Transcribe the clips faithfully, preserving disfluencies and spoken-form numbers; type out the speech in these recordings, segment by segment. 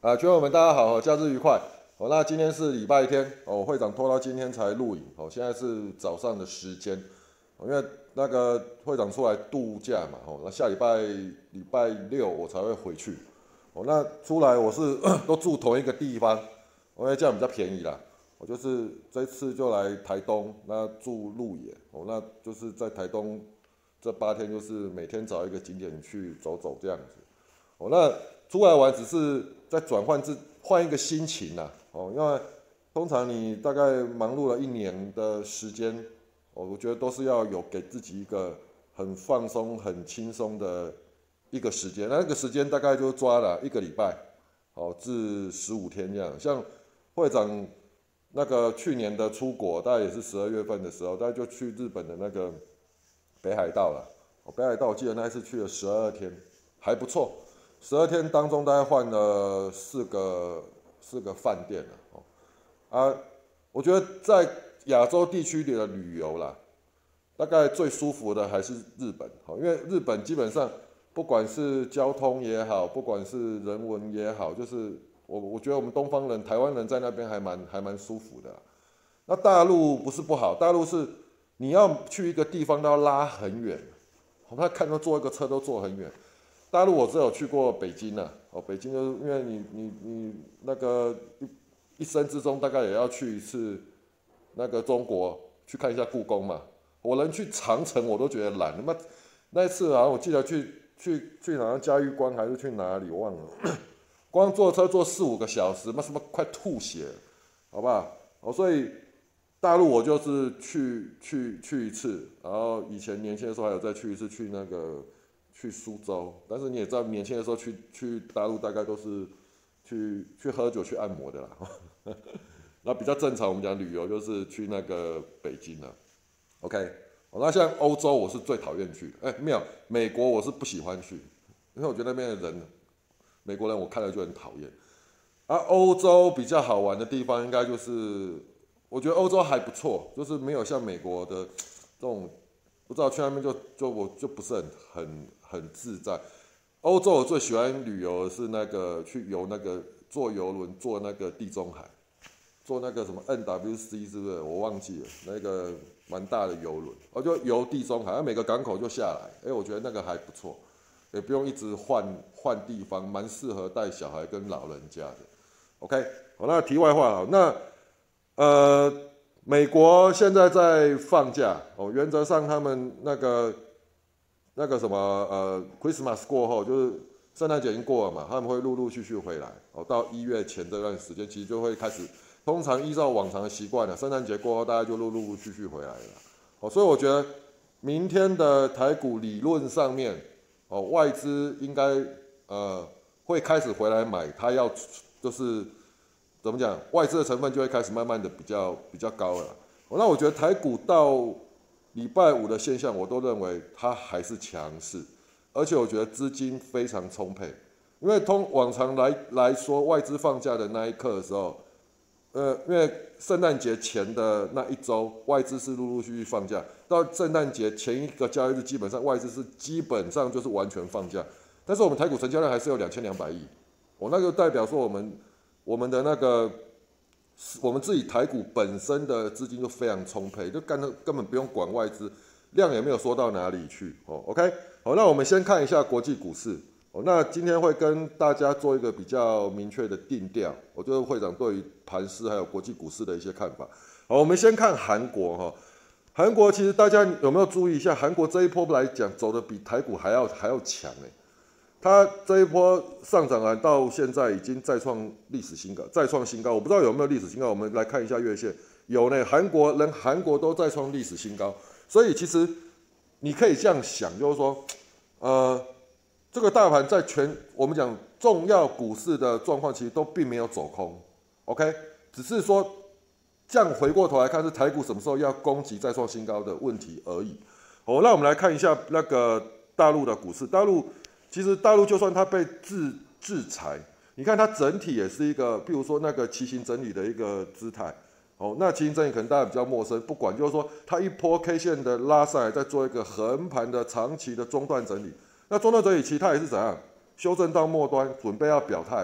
啊，群友们大家好，假日愉快。哦，那今天是礼拜天，哦，会长拖到今天才录影，哦，现在是早上的时间，因为那个会长出来度假嘛，哦，那下礼拜礼拜六我才会回去，哦，那出来我是都住同一个地方，因为这样比较便宜啦。我就是这一次就来台东，那住鹿野，哦，那就是在台东这八天，就是每天找一个景点去走走这样子。哦，那出来玩只是在转换自换一个心情啦。哦，因为通常你大概忙碌了一年的时间，哦，我觉得都是要有给自己一个很放松、很轻松的一个时间。那那个时间大概就抓了一个礼拜，哦，至十五天这样。像会长那个去年的出国，大概也是十二月份的时候，大概就去日本的那个北海道了。哦，北海道我记得那一次去了十二天，还不错。十二天当中，大概换了四个四个饭店了。哦，啊，我觉得在亚洲地区里的旅游啦，大概最舒服的还是日本。好，因为日本基本上不管是交通也好，不管是人文也好，就是我我觉得我们东方人、台湾人在那边还蛮还蛮舒服的啦。那大陆不是不好，大陆是你要去一个地方都要拉很远，我们看到坐一个车都坐很远。大陆我只有去过北京啊，哦，北京就是因为你你你那个一一生之中大概也要去一次那个中国去看一下故宫嘛。我能去长城我都觉得懒，他妈那一次啊，我记得去去去好像嘉峪关还是去哪里我忘了，光坐车坐四五个小时，妈什么快吐血了，好不好？哦，所以大陆我就是去去去一次，然后以前年轻的时候还有再去一次去那个。去苏州，但是你也知道，年轻的时候去去大陆大概都是去去喝酒、去按摩的啦。那比较正常，我们讲旅游就是去那个北京了。OK， 那像欧洲我是最讨厌去，哎、欸，没有，美国我是不喜欢去，因为我觉得那边的人，美国人我看了就很讨厌。啊，欧洲比较好玩的地方应该就是，我觉得欧洲还不错，就是没有像美国的这种。不知道去那边就就我就不是很很很自在。欧洲我最喜欢旅游的是那个去游那个坐游轮坐那个地中海，坐那个什么 N W C 是不是？我忘记了那个蛮大的游轮，我就游地中海，每个港口就下来，哎、欸，我觉得那个还不错，也不用一直换换地方，蛮适合带小孩跟老人家的。OK， 好，那题外话好，那呃。美国现在在放假哦，原则上他们那个那个什么呃，Christmas 过后就是圣诞节已经过了嘛，他们会陆陆续续回来哦。到一月前这段时间，其实就会开始，通常依照往常的习惯了，圣诞节过后大家就陆陆续续回来了哦。所以我觉得明天的台股理论上面哦，外资应该呃会开始回来买，它要就是。怎么讲？外资的成分就会开始慢慢的比较比较高了。那我觉得台股到礼拜五的现象，我都认为它还是强势，而且我觉得资金非常充沛。因为通往常来来说，外资放假的那一刻的时候，呃，因为圣诞节前的那一周，外资是陆陆续续放假，到圣诞节前一个交易日，基本上外资是基本上就是完全放假。但是我们台股成交量还是有两千两百亿，我那就代表说我们。我们的那个，我们自己台股本身的资金就非常充沛，就根根本不用管外资，量也没有缩到哪里去哦。OK， 好，那我们先看一下国际股市哦。那今天会跟大家做一个比较明确的定调，我就是会长对于盘势还有国际股市的一些看法。好，我们先看韩国哈，韩国其实大家有没有注意一下，韩国这一波来讲走的比台股还要还要强哎。它这一波上涨来到现在已经再创历史新高，再创新高。我不知道有没有历史新高，我们来看一下月线，有呢。韩国连韩国都在创历史新高，所以其实你可以这样想，就是说，呃，这个大盘在全我们讲重要股市的状况，其实都并没有走空 ，OK， 只是说这样回过头来看，是台股什么时候要攻击再创新高的问题而已。好，那我们来看一下那个大陆的股市，大陆。其实大陆就算它被制制裁，你看它整体也是一个，譬如说那个旗形整理的一个姿态。哦，那旗形整理可能大家比较陌生，不管就是说它一波 K 线的拉上来，再做一个横盘的长期的中段整理。那中段整理其实它也是怎样修正到末端，准备要表态了。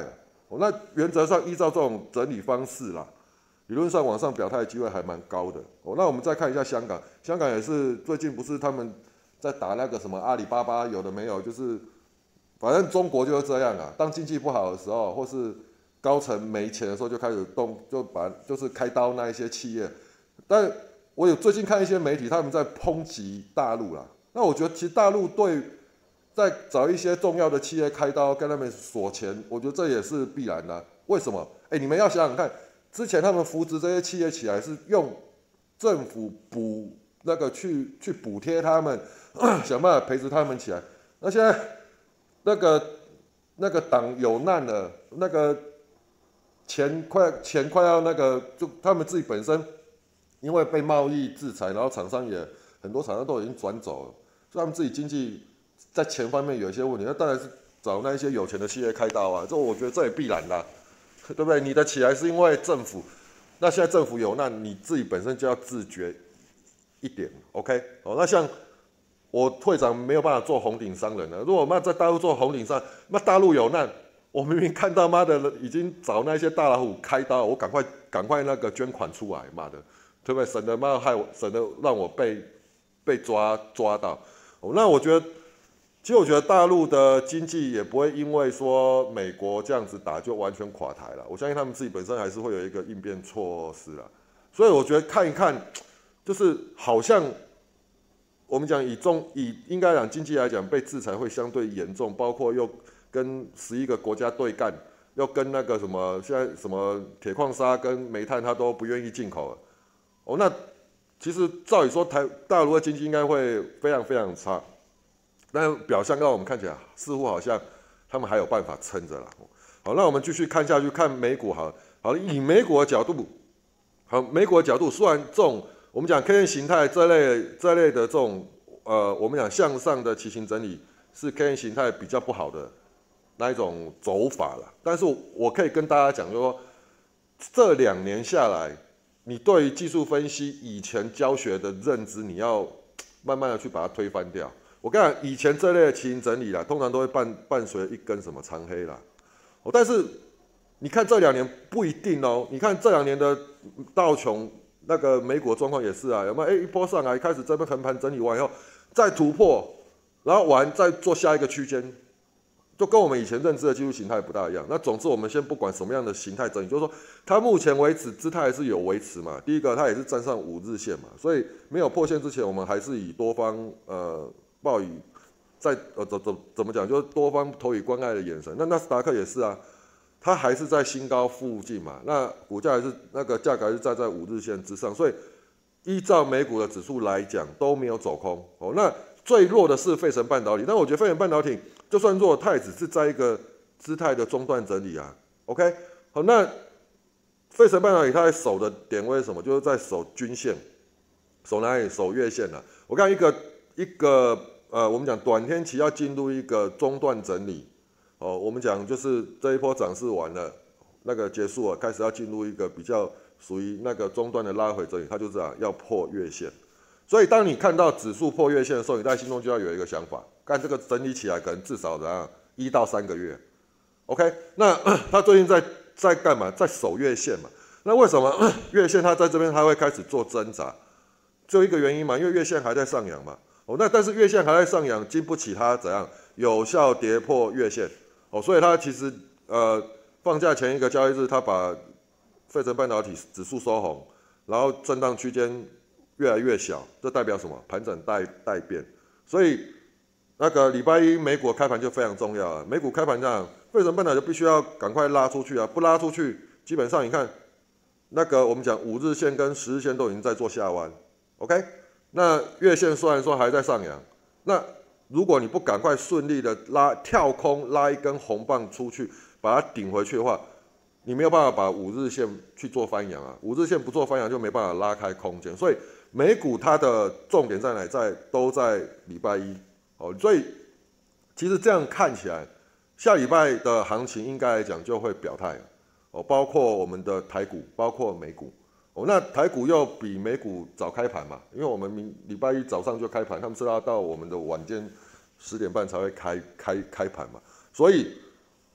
哦，那原则上依照这种整理方式啦，理论上往上表态的机会还蛮高的。哦，那我们再看一下香港，香港也是最近不是他们在打那个什么阿里巴巴，有的没有，就是反正中国就是这样啊，当经济不好的时候，或是高层没钱的时候，就开始动，就把就是开刀那一些企业。但我有最近看一些媒体，他们在抨击大陆啦。那我觉得其实大陆对在找一些重要的企业开刀，跟他们索钱，我觉得这也是必然的。为什么？哎，你们要想想看，之前他们扶植这些企业起来是用政府补那个去去补贴他们，想办法培植他们起来。那现在那个那个党有难了，那个钱快钱快要那个，就他们自己本身因为被贸易制裁，然后厂商也很多厂商都已经转走了，所以他们自己经济在钱方面有一些问题。那当然是找那一些有钱的企业开刀啊，这我觉得这也必然啦，对不对？你的起来是因为政府，那现在政府有难，你自己本身就要自觉一点 ，OK？ 好，那像我会长没有办法做红顶商人了。如果我妈在大陆做红顶商，那大陆有难，我明明看到妈的已经找那些大老虎开刀，我赶快赶快那个捐款出来，妈的，对不对？省得妈害我，省得让我被被抓抓到。哦，那我觉得，其实我觉得大陆的经济也不会因为说美国这样子打就完全垮台了。我相信他们自己本身还是会有一个应变措施啦。所以我觉得看一看，就是好像。我们讲以中以应该讲经济来讲，被制裁会相对严重，包括又跟十一个国家对干，又跟那个什么现在什么铁矿砂跟煤炭，它都不愿意进口了。哦，那其实照理说台大陆的经济应该会非常非常差，但表象让我们看起来似乎好像他们还有办法撑着啦。好，那我们继续看下去，看美股好了。好，以美股的角度，好，美股的角度，虽然这种我们讲 K 线形态这类这类的这种呃，我们讲向上的旗形整理是 K 线形态比较不好的那一种走法了。但是我可以跟大家讲，就是说这两年下来，你对于技术分析以前教学的认知，你要慢慢的去把它推翻掉。我跟你讲，以前这类的旗形整理啦，通常都会伴伴随一根什么长黑啦。哦，但是你看这两年不一定哦。你看这两年的道琼。那个美股的状况也是啊，有没有？哎，一波上来，开始这边横盘整理完以后，再突破，然后完再做下一个区间，就跟我们以前认知的技术形态不大一样。那总之，我们先不管什么样的形态整理，就是说它目前为止姿态还是有维持嘛。第一个，它也是站上五日线嘛，所以没有破线之前，我们还是以多方呃抱以在呃怎怎怎么讲，就是多方投以关爱的眼神。那纳斯达克也是啊。它还是在新高附近嘛，那股价还是那个价格还是站在五日线之上，所以依照美股的指数来讲都没有走空哦。那最弱的是费城半导体，但我觉得费城半导体就算弱，它也只是在一个姿态的中段整理啊。OK， 好，那费城半导体它在守的点位是什么？就是在守均线，守哪里？守月线啊。我看一个一个呃，我们讲短天期要进入一个中段整理。哦，我们讲就是这一波涨势完了，那个结束了，开始要进入一个比较属于那个中段的拉回整理，它就这样要破月线。所以当你看到指数破月线的时候，你在心中就要有一个想法，看这个整理起来可能至少怎样一到三个月。OK， 那它最近在在干嘛？在守月线嘛。那为什么月线它在这边它会开始做挣扎？就一个原因嘛，因为月线还在上扬嘛。哦，那但是月线还在上扬，经不起它怎样有效跌破月线。哦，所以它其实呃放假前一个交易日，它把费城半导体指数收红，然后震荡区间越来越小，这代表什么？盘整待待变。所以那个礼拜一美股开盘就非常重要啊。美股开盘这样，费城半导体就必须要赶快拉出去啊，不拉出去，基本上你看那个我们讲五日线跟十日线都已经在做下弯 ，OK？ 那月线虽然说还在上扬，那如果你不赶快顺利的拉跳空拉一根红棒出去，把它顶回去的话，你没有办法把五日线去做翻扬啊。五日线不做翻扬就没办法拉开空间，所以美股它的重点在哪？在都在礼拜一哦。所以其实这样看起来，下礼拜的行情应该来讲就会表态哦，包括我们的台股，包括美股。哦，那台股又比美股早开盘嘛，因为我们明礼拜一早上就开盘，他们是要到我们的晚间十点半才会开开开盘嘛，所以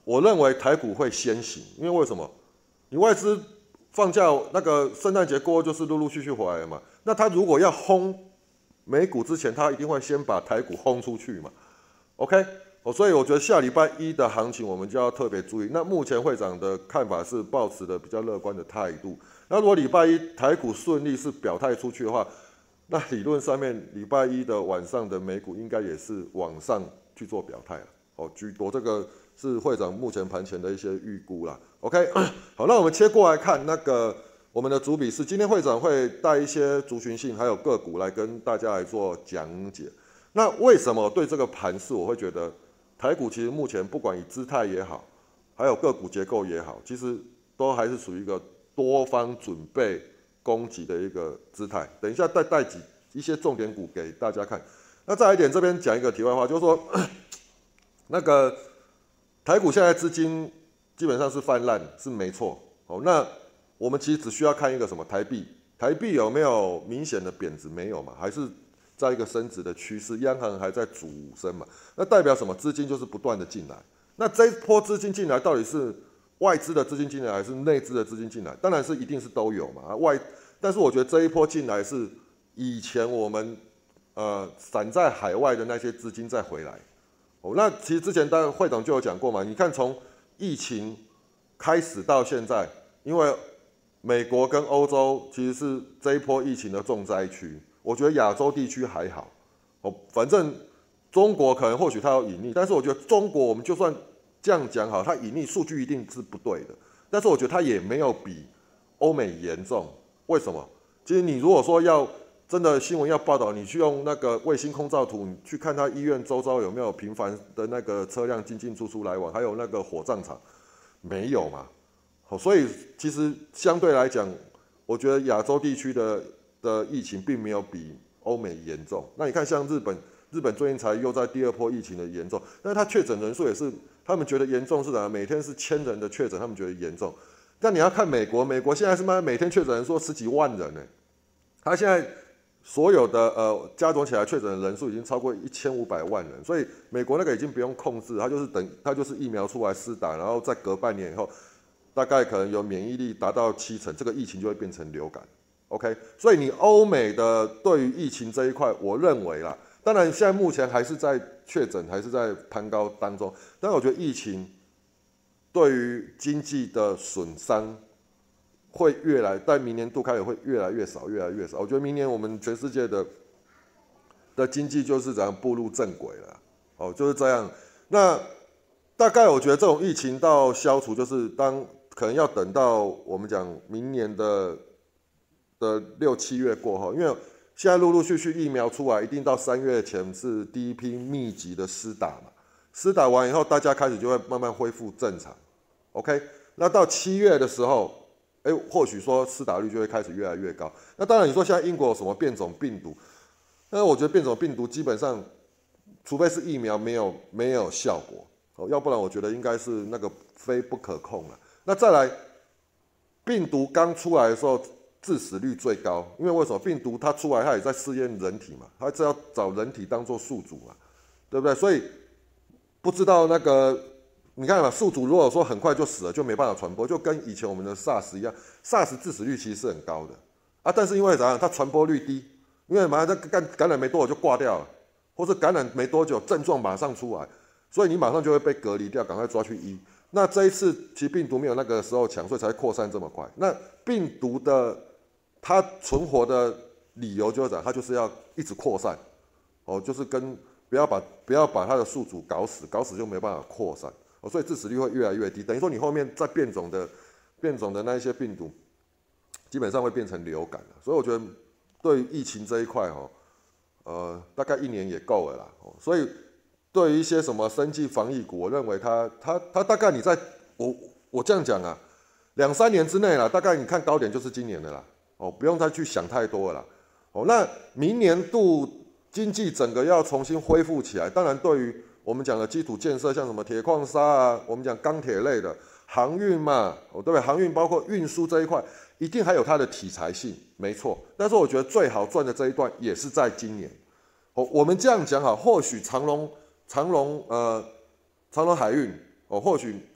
我认为台股会先行，因为为什么？你外资放假那个圣诞节过后就是陆陆续续回来了嘛，那他如果要轰美股之前，他一定会先把台股轰出去嘛 ，OK？ 哦，所以我觉得下礼拜一的行情我们就要特别注意。那目前会长的看法是抱持的比较乐观的态度。那如果礼拜一台股顺利是表态出去的话，那理论上面礼拜一的晚上的美股应该也是往上去做表态了。哦，居多，这个是会长目前盘前的一些预估啦。OK， 好，那我们切过来看那个我们的主笔是今天会长会带一些族群性还有个股来跟大家来做讲解。那为什么对这个盘势我会觉得台股其实目前不管以姿态也好，还有个股结构也好，其实都还是属于一个多方准备攻击的一个姿态。等一下再带几一些重点股给大家看。那再来一点，这边讲一个题外话，就是说。那个台股现在资金基本上是泛滥，是没错。哦，那我们其实只需要看一个什么台币，台币有没有明显的贬值？没有嘛，还是在一个升值的趋势，央行还在主升嘛。那代表什么？资金就是不断的进来。那这一波资金进来到底是外资的资金进来，还是内资的资金进来？当然是一定是都有嘛。外，但是我觉得这一波进来是以前我们呃散在海外的那些资金再回来。哦，那其实之前当然会长就有讲过嘛，你看从疫情开始到现在，因为美国跟欧洲其实是这一波疫情的重灾区，我觉得亚洲地区还好，哦，反正中国可能或许它有隐匿，但是我觉得中国我们就算这样讲好，它隐匿数据一定是不对的，但是我觉得它也没有比欧美严重，为什么？其实你如果说要真的新闻要报道，你去用那个卫星空照图，你去看他医院周遭有没有频繁的那个车辆进进出出来往，还有那个火葬场，没有嘛？好，所以其实相对来讲，我觉得亚洲地区的的疫情并没有比欧美严重。那你看像日本，日本最近才又在第二波疫情的严重，但是他确诊人数也是他们觉得严重是怎样？每天是千人的确诊，他们觉得严重。但你要看美国，美国现在是妈每天确诊人数十几万人呢，他现在。所有的呃加总起来确诊的人数已经超过一千五百万人，所以美国那个已经不用控制，它就是等它就是疫苗出来施打，然后再隔半年以后，大概可能有免疫力达到七成，这个疫情就会变成流感。OK， 所以你欧美的对于疫情这一块，我认为啦，当然现在目前还是在确诊，还是在攀高当中，但我觉得疫情对于经济的损伤。会越来，但明年度开始会越来越少，越来越少。我觉得明年我们全世界的的经济就是怎样步入正轨了，哦，就是这样。那大概我觉得这种疫情到消除，就是当可能要等到我们讲明年的的六七月过后，因为现在陆陆续续疫苗出来，一定到三月前是第一批密集的施打嘛。施打完以后，大家开始就会慢慢恢复正常。OK， 那到七月的时候。哎，或许说施打率就会开始越来越高。那当然，你说现在英国有什么变种病毒？但是我觉得变种病毒基本上，除非是疫苗没有没有效果，哦，要不然我觉得应该是那个非不可控了。那再来，病毒刚出来的时候致死率最高，因为为什么？病毒它出来，它也在试验人体嘛，它是要找人体当做宿主嘛，对不对？所以不知道那个。你看嘛，宿主如果说很快就死了，就没办法传播，就跟以前我们的 SARS 一样 ，SARS 致死率其实是很高的啊，但是因为怎样，它传播率低，因为马上它感感染没多久就挂掉了，或是感染没多久症状马上出来，所以你马上就会被隔离掉，赶快抓去医。那这一次其实病毒没有那个时候强，所以才扩散这么快。那病毒的它存活的理由就是讲，它就是要一直扩散，哦，就是跟不要把不要把它的宿主搞死，搞死就没办法扩散。所以致死率会越来越低，等于说你后面再变种的、变种的那一些病毒，基本上会变成流感了。所以我觉得对于疫情这一块哦，呃，大概一年也够了啦。所以对于一些什么生技防疫股，我认为它它它大概你在我我这样讲啊，两三年之内啦，大概你看高点就是今年的啦，哦，不用再去想太多了啦。哦，那明年度经济整个要重新恢复起来，当然对于我们讲的基础建设，像什么铁矿砂啊，我们讲钢铁类的航运嘛，哦，对不对？航运包括运输这一块，一定还有它的题材性，没错。但是我觉得最好赚的这一段也是在今年。哦，我们这样讲好，或许长荣、长荣呃、长荣海运哦，或许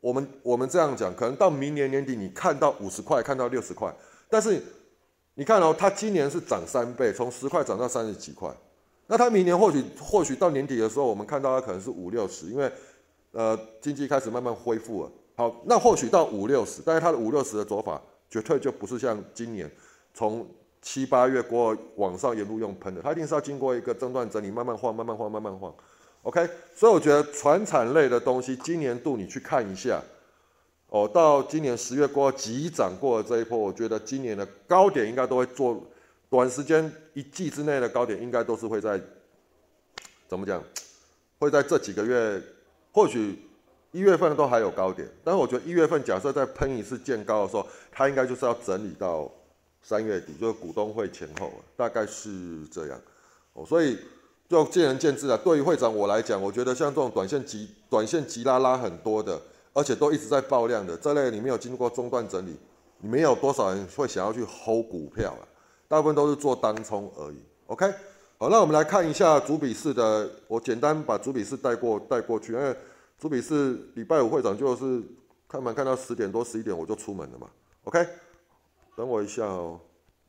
我们我们这样讲，可能到明年年底你看到五十块，看到六十块，但是你看哦，它今年是涨三倍，从十块涨到三十几块。那它明年或许或许到年底的时候，我们看到它可能是五六十，因为呃经济开始慢慢恢复了。好，那或许到五六十，但是它的五六十的走法绝对就不是像今年从七八月过后往上沿路用喷的，它一定是要经过一个震荡整理，慢慢晃，慢慢晃，慢慢晃。OK， 所以我觉得传产类的东西，今年度你去看一下，哦，到今年十月过后急涨过的这一波，我觉得今年的高点应该都会做。短时间一季之内的高点应该都是会在怎么讲？会在这几个月，或许一月份都还有高点，但是我觉得一月份假设再喷一次见高的时候，它应该就是要整理到三月底，就是股东会前后，大概是这样。哦，所以就见仁见智啊。对于会长我来讲，我觉得像这种短线急、短线急拉拉很多的，而且都一直在爆量的这类，你没有经过中段整理，你没有多少人会想要去 hold 股票啊。大部分都是做当冲而已 ，OK， 好，那我们来看一下主笔试的，我简单把主笔试带过带过去，因为主笔试礼拜五会长就是看盘看到十点多十一点我就出门了嘛 ，OK， 等我一下哦。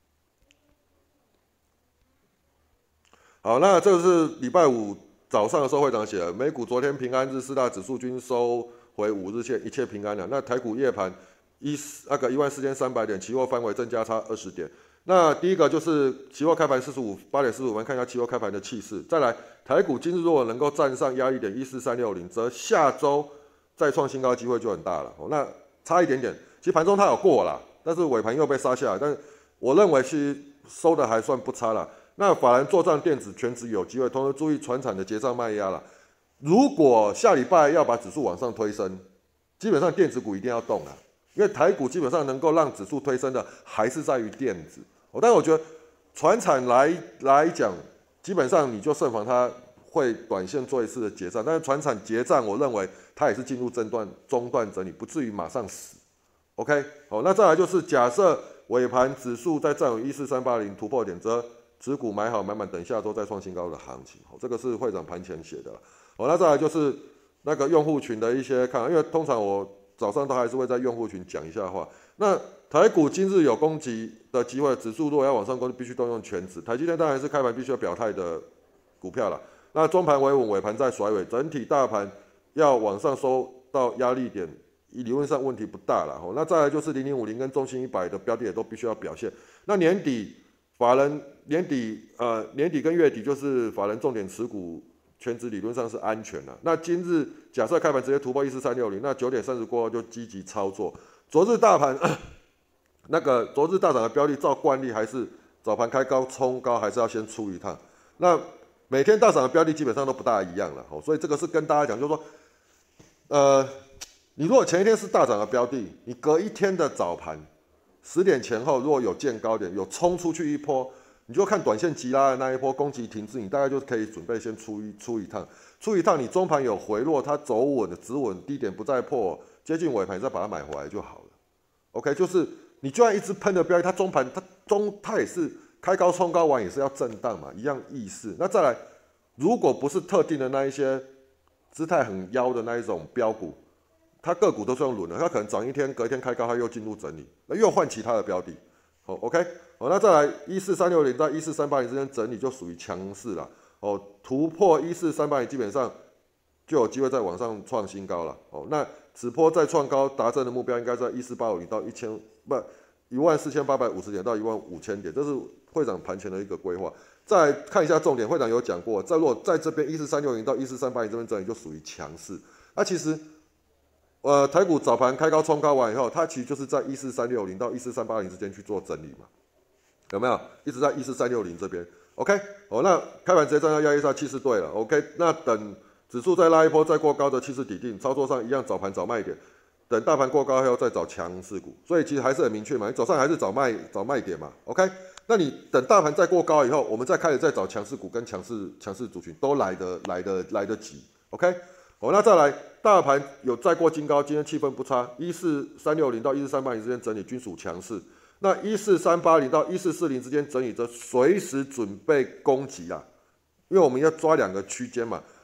好，那这个是礼拜五早上的时候会长写的，美股昨天平安日四大指数均收回五日线，一切平安了。那台股夜盘一那个一万四千三百点，期货翻为正价差二十点。那第一个就是期货开盘四十五八点四十五，我们看一下期货开盘的气势。再来，台股今日如果能够站上压力点一四三六零，则下周再创新高机会就很大了。哦，那差一点点，其实盘中它有过啦，但是尾盘又被杀下来。但是我认为其实收的还算不差啦。那法人做账电子全指有机会，同时注意传产的结账卖压啦。如果下礼拜要把指数往上推升，基本上电子股一定要动啦。因为台股基本上能够让指数推升的，还是在于电子。哦，但是我觉得传产来来讲，基本上你就慎防它会短线做一次的结账。但是传产结账，我认为它也是进入中段中段整理，不至于马上死。OK， 好，那再来就是假设尾盘指数在站稳一四三八零突破点，则持股买好买满，等下周再创新高的行情。好，这个是会长盘前写的。好，那再来就是那个用户群的一些看法，因为通常我早上都还是会在用户群讲一下话。那台股今日有攻击的机会，指数如果要往上攻，必须动用全指。台积电当然是开盘必须要表态的股票了。那中盘维稳，尾盘再甩尾，整体大盘要往上收到压力点，理论上问题不大了。那再来就是零零五零跟中信一百的标的也都必须要表现。那年底法人年底呃年底跟月底就是法人重点持股。全指理论上是安全的。那今日假设开盘直接突破一四三六零，那九点三十过后就积极操作。昨日大盘那个昨日大涨的标的，照惯例还是早盘开高冲高，还是要先出一趟。那每天大涨的标的基本上都不大一样了，所以这个是跟大家讲，就是说，呃，你如果前一天是大涨的标的，你隔一天的早盘十点前后如果有见高点，有冲出去一波。你就看短线急拉的那一波攻击停滞，你大概就可以准备先出一出一趟，出一趟你中盘有回落，它走稳的止稳，低点不再破，接近尾盘再把它买回来就好了。OK， 就是你就算一直喷的标的，它中盘它中它也是开高冲高完也是要震荡嘛，一样意思。那再来，如果不是特定的那一些姿态很妖的那一种标股，它个股都是用轮的，它可能涨一天，隔一天开高，它又进入整理，那又换其他的标的。好 ，OK， 好，那再来一四三六零到一四三八零之间整理就属于强势了。哦，突破一四三八零基本上就有机会再往上创新高了。哦，那此波再创高达成的目标应该在一四八五零到一千不一万四千八百五十点到一万五千点，这是会长盘前的一个规划。再来看一下重点，会长有讲过，在如果在这边一四三六零到一四三八零这边整理就属于强势。那其实。呃，台股早盘开高冲高完以后，它其实就是在一四三六零到一四三八零之间去做整理嘛，有没有？一直在一四三六零这边 ，OK， 哦，那开盘直接站到压力上，气势对了 ，OK， 那等指数再拉一波再过高的气势底定，操作上一样早盘找卖点，等大盘过高后再找强势股，所以其实还是很明确嘛，你早上还是找卖找卖点嘛 ，OK， 那你等大盘再过高以后，我们再开始再找强势股跟强势强势族群都来得来得来得及 ，OK。哦，那再来，大盘有再过金高，今天气氛不差，一四三六零到一四三八零之间整理均属强势。那一四三八零到一四四零之间整理则随时准备攻击啊，因为我们要抓两个区间嘛。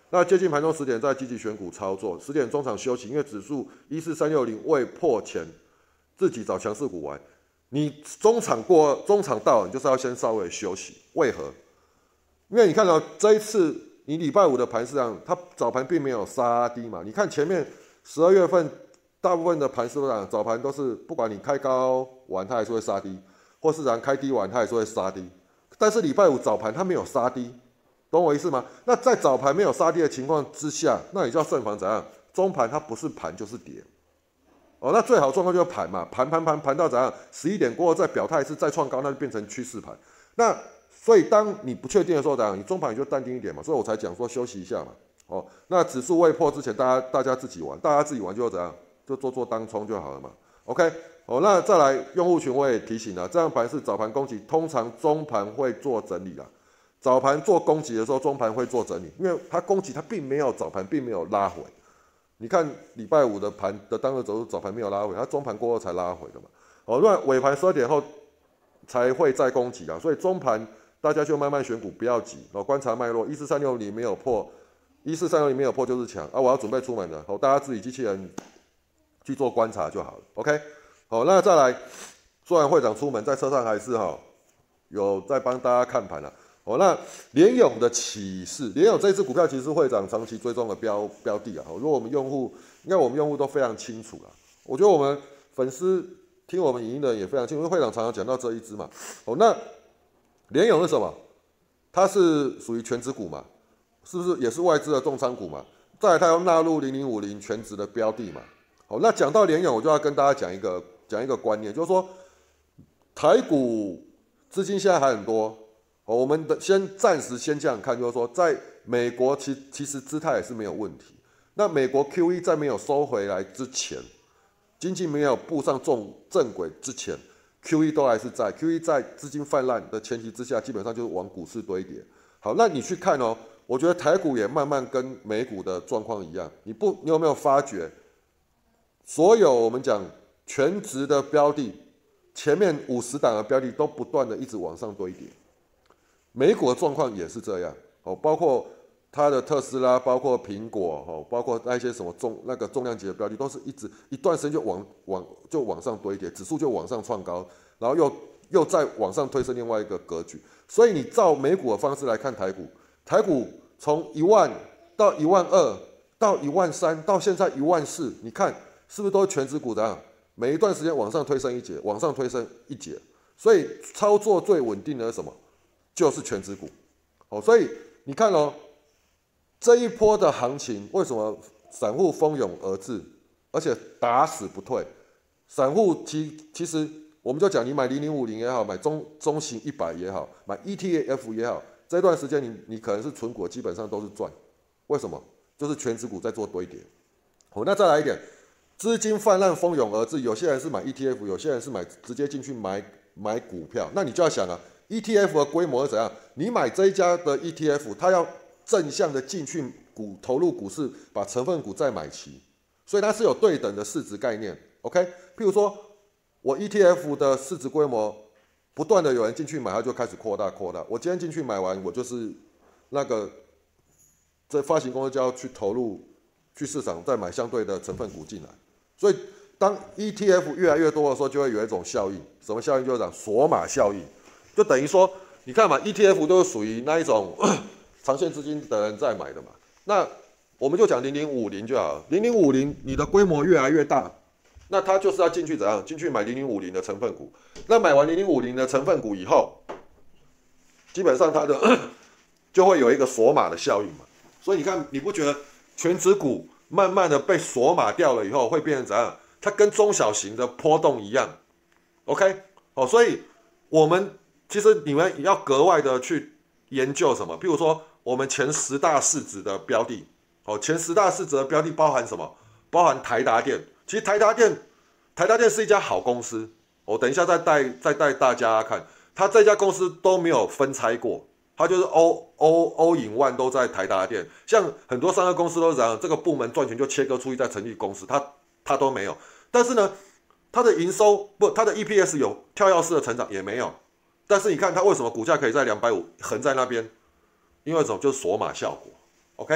那接近盘中十点再积极选股操作，十点中场休息，因为指数一四三六零未破前，自己找强势股玩。你中场过中场到，你就是要先稍微休息。为何？因为你看到这一次你礼拜五的盘市场，它早盘并没有杀低嘛。你看前面十二月份大部分的盘市场早盘都是，不管你开高玩，它还是会杀低，或市场开低玩，它还是会杀低。但是礼拜五早盘它没有杀低。懂我意思吗？那在早盘没有杀跌的情况之下，那你就要慎防怎样？中盘它不是盘就是跌，哦，那最好状况就是盘嘛，盘盘盘盘到怎样？十一点过后再表态是再创高，那就变成趋势盘。那所以当你不确定的时候，怎样？你中盘你就淡定一点嘛。所以我才讲说休息一下嘛。哦，那指数未破之前，大家大家自己玩，大家自己玩就怎样？就做做当冲就好了嘛。OK， 哦，那再来用户群我也提醒了，这样盘是早盘攻击，通常中盘会做整理啦。早盘做攻击的时候，中盘会做整理，因为它攻击它并没有早盘并没有拉回。你看礼拜五的盘的当日走势，早盘没有拉回，它中盘过后才拉回的嘛。哦，那尾盘十二点后才会再攻击啊，所以中盘大家就慢慢选股，不要急哦，观察脉络。一四三六零没有破，一四三六零没有破就是强啊，我要准备出门了。哦，大家自己机器人去做观察就好了。OK， 好，那再来，虽然会长出门，在车上还是哈有在帮大家看盘了。哦，那联咏的启示，联咏这支股票其实是会长长期追踪的标标的啊。如果我们用户，应该我们用户都非常清楚了。我觉得我们粉丝听我们影音的人也非常清楚，因为会长常常讲到这一支嘛。哦，那联咏是什么？它是属于全指股嘛，是不是也是外资的重仓股嘛？再来它要纳入零零五零全指的标的嘛。好，那讲到联咏，我就要跟大家讲一个讲一个观念，就是说台股资金现在还很多。我们的先暂时先这样看，就是说，在美国其其实姿态也是没有问题。那美国 Q E 在没有收回来之前，经济没有步上正正轨之前 ，Q E 都还是在 Q E 在资金泛滥的前提之下，基本上就是往股市堆叠。好，那你去看哦，我觉得台股也慢慢跟美股的状况一样。你不，你有没有发觉，所有我们讲全值的标的，前面五十档的标的都不断的一直往上堆叠。美股的状况也是这样，哦，包括它的特斯拉，包括苹果，哦，包括那些什么重那个重量级的标的，都是一直一段时间就往往就往上堆叠，指数就往上创高，然后又又再往上推升另外一个格局。所以你照美股的方式来看台股，台股从一万到一万二到一万三到现在一万四，你看是不是都是全指股的啊？每一段时间往上推升一截，往上推升一截，所以操作最稳定的是什么？就是全指股，哦，所以你看哦，这一波的行情为什么散户蜂拥而至，而且打死不退？散户其其实我们就讲，你买零零五零也好，买中中型一百也好，买 E T F 也好，这段时间你你可能是存股，基本上都是赚。为什么？就是全指股在做堆叠。好，那再来一点，资金泛滥蜂拥而至，有些人是买 E T F， 有些人是买直接进去买买股票，那你就要想啊。E T F 的规模是怎样？你买这一家的 E T F， 它要正向的进去股投入股市，把成分股再买齐，所以它是有对等的市值概念。OK， 譬如说我 E T F 的市值规模不断的有人进去买，它就开始扩大扩大。我今天进去买完，我就是那个这发行公司就要去投入去市场再买相对的成分股进来，所以当 E T F 越来越多的时候，就会有一种效应，什么效应？就是讲索马效应。就等于说，你看嘛 ，E T F 都是属于那一种长线资金的人在买的嘛。那我们就讲零零五零就好了。零零五零，你的规模越来越大，那它就是要进去怎样？进去买零零五零的成分股。那买完零零五零的成分股以后，基本上它的就会有一个锁码的效应嘛。所以你看，你不觉得全指股慢慢的被锁码掉了以后，会变成怎样？它跟中小型的波动一样。OK， 哦，所以我们。其实你们要格外的去研究什么？譬如说，我们前十大市值的标的，哦，前十大市值的标的包含什么？包含台达电。其实台达电，台达电是一家好公司。我、哦、等一下再带再带大家看，它这家公司都没有分拆过，它就是 all all all in one 都在台达电。像很多上市公司都是这样，这个部门赚钱就切割出去再成立公司，它它都没有。但是呢，它的营收不，它的 E P S 有跳跃式的成长也没有。但是你看它为什么股价可以在两百五横在那边？因为什么？就是锁码效果。OK，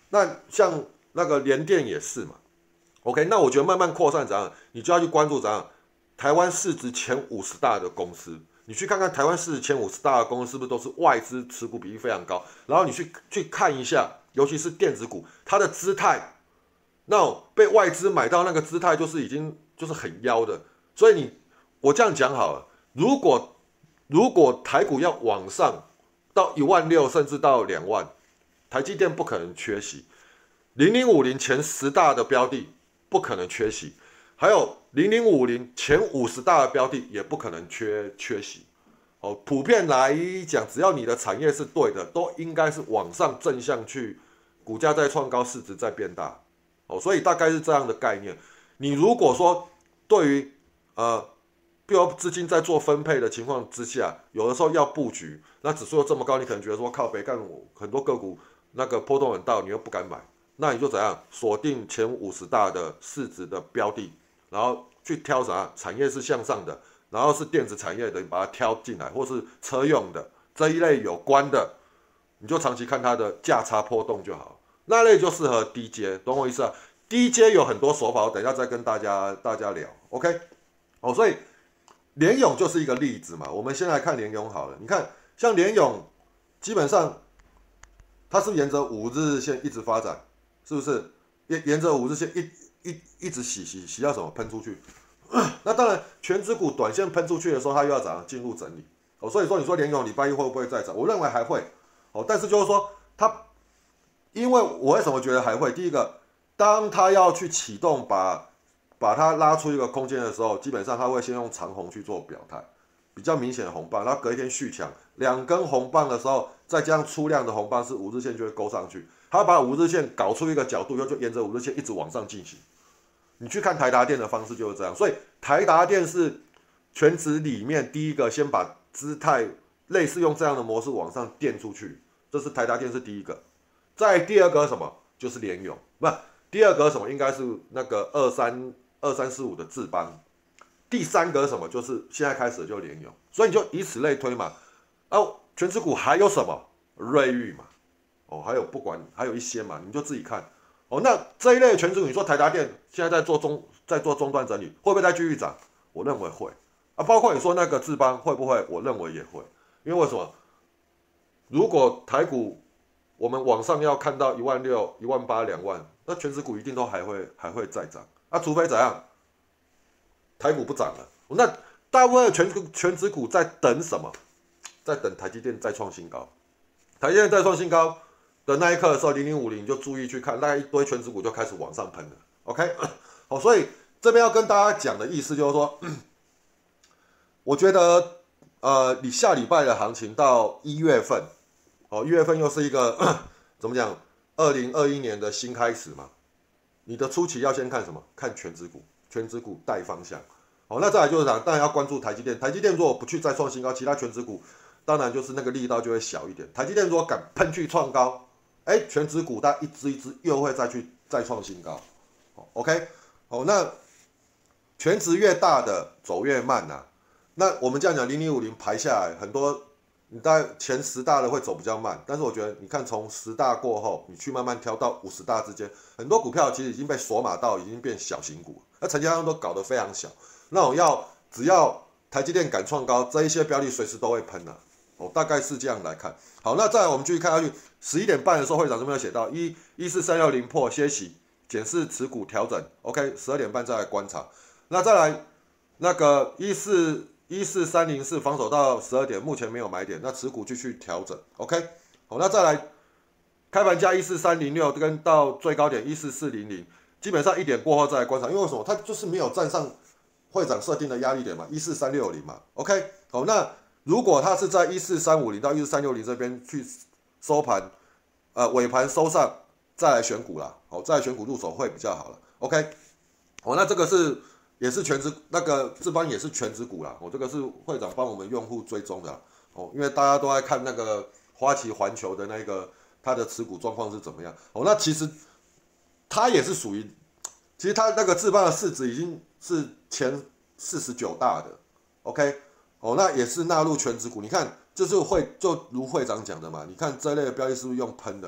那像那个联电也是嘛。OK， 那我觉得慢慢扩散怎样，你就要去关注怎样，台湾市值前五十大的公司，你去看看台湾市值前五十大的公司是不是都是外资持股比例非常高，然后你去去看一下，尤其是电子股，它的姿态，那种被外资买到那个姿态就是已经就是很妖的，所以你我这样讲好了，如果如果台股要往上到一万六甚至到两万，台积电不可能缺席，零零五零前十大的标的。不可能缺席，还有零零五零前五十大的标的也不可能缺缺席。哦，普遍来讲，只要你的产业是对的，都应该是往上正向去，股价在创高，市值在变大。哦，所以大概是这样的概念。你如果说对于呃，比如资金在做分配的情况之下，有的时候要布局，那指数又这么高，你可能觉得说靠北干很多个股那个波动很大，你又不敢买。那你就怎样锁定前五十大的市值的标的，然后去挑啥产业是向上的，然后是电子产业的，你把它挑进来，或是车用的这一类有关的，你就长期看它的价差波动就好。那类就适合低阶，懂我意思啊？低阶有很多手法，我等一下再跟大家大家聊。OK， 哦，所以联咏就是一个例子嘛。我们先来看联咏好了，你看像联咏，基本上它是沿着五日线一直发展。是不是沿沿着五日线一一一直洗洗洗到什么喷出去？那当然，全指股短线喷出去的时候，它又要怎样进入整理？哦，所以说你说联咏礼拜一会不会再涨？我认为还会。哦，但是就是说它，因为我为什么觉得还会？第一个，当它要去启动把把它拉出一个空间的时候，基本上它会先用长红去做表态，比较明显的红棒，然后隔一天续强，两根红棒的时候，再加上出量的红棒，是五日线就会勾上去。他把五日线搞出一个角度，就沿着五日线一直往上进行。你去看台达电的方式就是这样，所以台达电是全指里面第一个先把姿态类似用这样的模式往上垫出去，这是台达电是第一个。再第二个什么就是联咏，不，第二个什么应该是那个二三二三四五的智邦，第三个什么就是现在开始的就联咏，所以你就以此类推嘛。哦，全指股还有什么瑞昱嘛？哦，还有不管还有一些嘛，你就自己看。哦，那这一类的全指股，你说台达电现在在做中在做中段整理，会不会再继续涨？我认为会啊。包括你说那个智邦会不会？我认为也会，因为为什么？如果台股我们往上要看到一万六、一万八、两万，那全指股一定都还会还会再涨啊，除非怎样？台股不涨了，那大部分的全全指股在等什么？在等台积电再创新高，台积电再创新高。的那一刻的时候，零零五零你就注意去看，大概一堆全指股就开始往上喷了。OK， 好，所以这边要跟大家讲的意思就是说，我觉得呃，你下礼拜的行情到一月份，哦，一月份又是一个怎么讲？二零二一年的新开始嘛，你的初期要先看什么？看全指股，全指股带方向。好，那再来就是讲，当然要关注台积电，台积电如果不去再创新高，其他全指股当然就是那个力道就会小一点。台积电如果敢喷去创高，哎，全指股它一只一只又会再去再创新高。OK， 好，那全值越大的走越慢啊。那我们这样讲，零零五零排下来，很多你大概前十大的会走比较慢，但是我觉得你看从十大过后，你去慢慢挑到五十大之间，很多股票其实已经被锁码到，已经变小型股，那成交量都搞得非常小。那种要只要台积电敢创高，这一些标的随时都会喷啊。哦，大概是这样来看。好，那再来我们继续看下去。十一点半的时候，会长这边有写到一一四三六零破歇息，检视持股调整。OK， 十二点半再来观察。那再来那个一四一四三零四防守到十二点，目前没有买点，那持股继续调整。OK， 好，那再来开盘价一四三零六跟到最高点一四四零零，基本上一点过后再来观察，因为为什么？它就是没有站上会长设定的压力点嘛，一四三六零嘛。OK， 好，那如果它是在一四三五零到一四三六零这边去收盘，呃尾盘收上，再来选股啦，好，再来选股入手会比较好了。OK， 好，那这个是也是全职那个智邦也是全职股啦，我、哦、这个是会长帮我们用户追踪的啦哦，因为大家都在看那个花旗环球的那个它的持股状况是怎么样哦，那其实它也是属于，其实它那个智邦的市值已经是前四十九大的 ，OK。哦，那也是纳入全指股。你看，就是会就如会长讲的嘛。你看这类的标的是不是用喷的？